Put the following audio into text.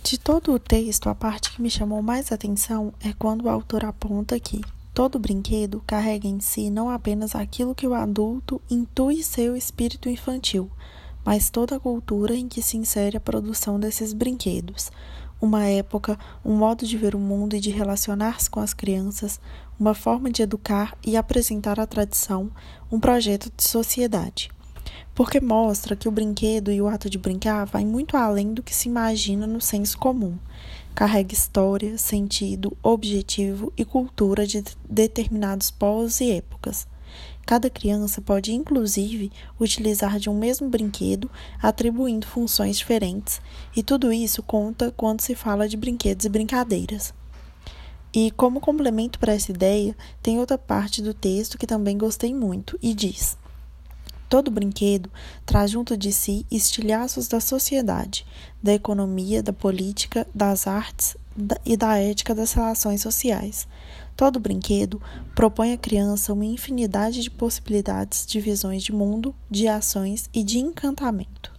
De todo o texto, a parte que me chamou mais atenção é quando o autor aponta que todo brinquedo carrega em si não apenas aquilo que o adulto intui ser o espírito infantil, mas toda a cultura em que se insere a produção desses brinquedos. Uma época, um modo de ver o mundo e de relacionar-se com as crianças, uma forma de educar e apresentar a tradição, um projeto de sociedade. Porque mostra que o brinquedo e o ato de brincar vai muito além do que se imagina no senso comum. Carrega história, sentido, objetivo e cultura de determinados povos e épocas. Cada criança pode, inclusive, utilizar de um mesmo brinquedo, atribuindo funções diferentes, e tudo isso conta quando se fala de brinquedos e brincadeiras. E, como complemento para essa ideia, tem outra parte do texto que também gostei muito, e diz: todo brinquedo traz junto de si estilhaços da sociedade, da economia, da política, das artes e da ética das relações sociais. Todo brinquedo propõe à criança uma infinidade de possibilidades de visões de mundo, de ações e de encantamento.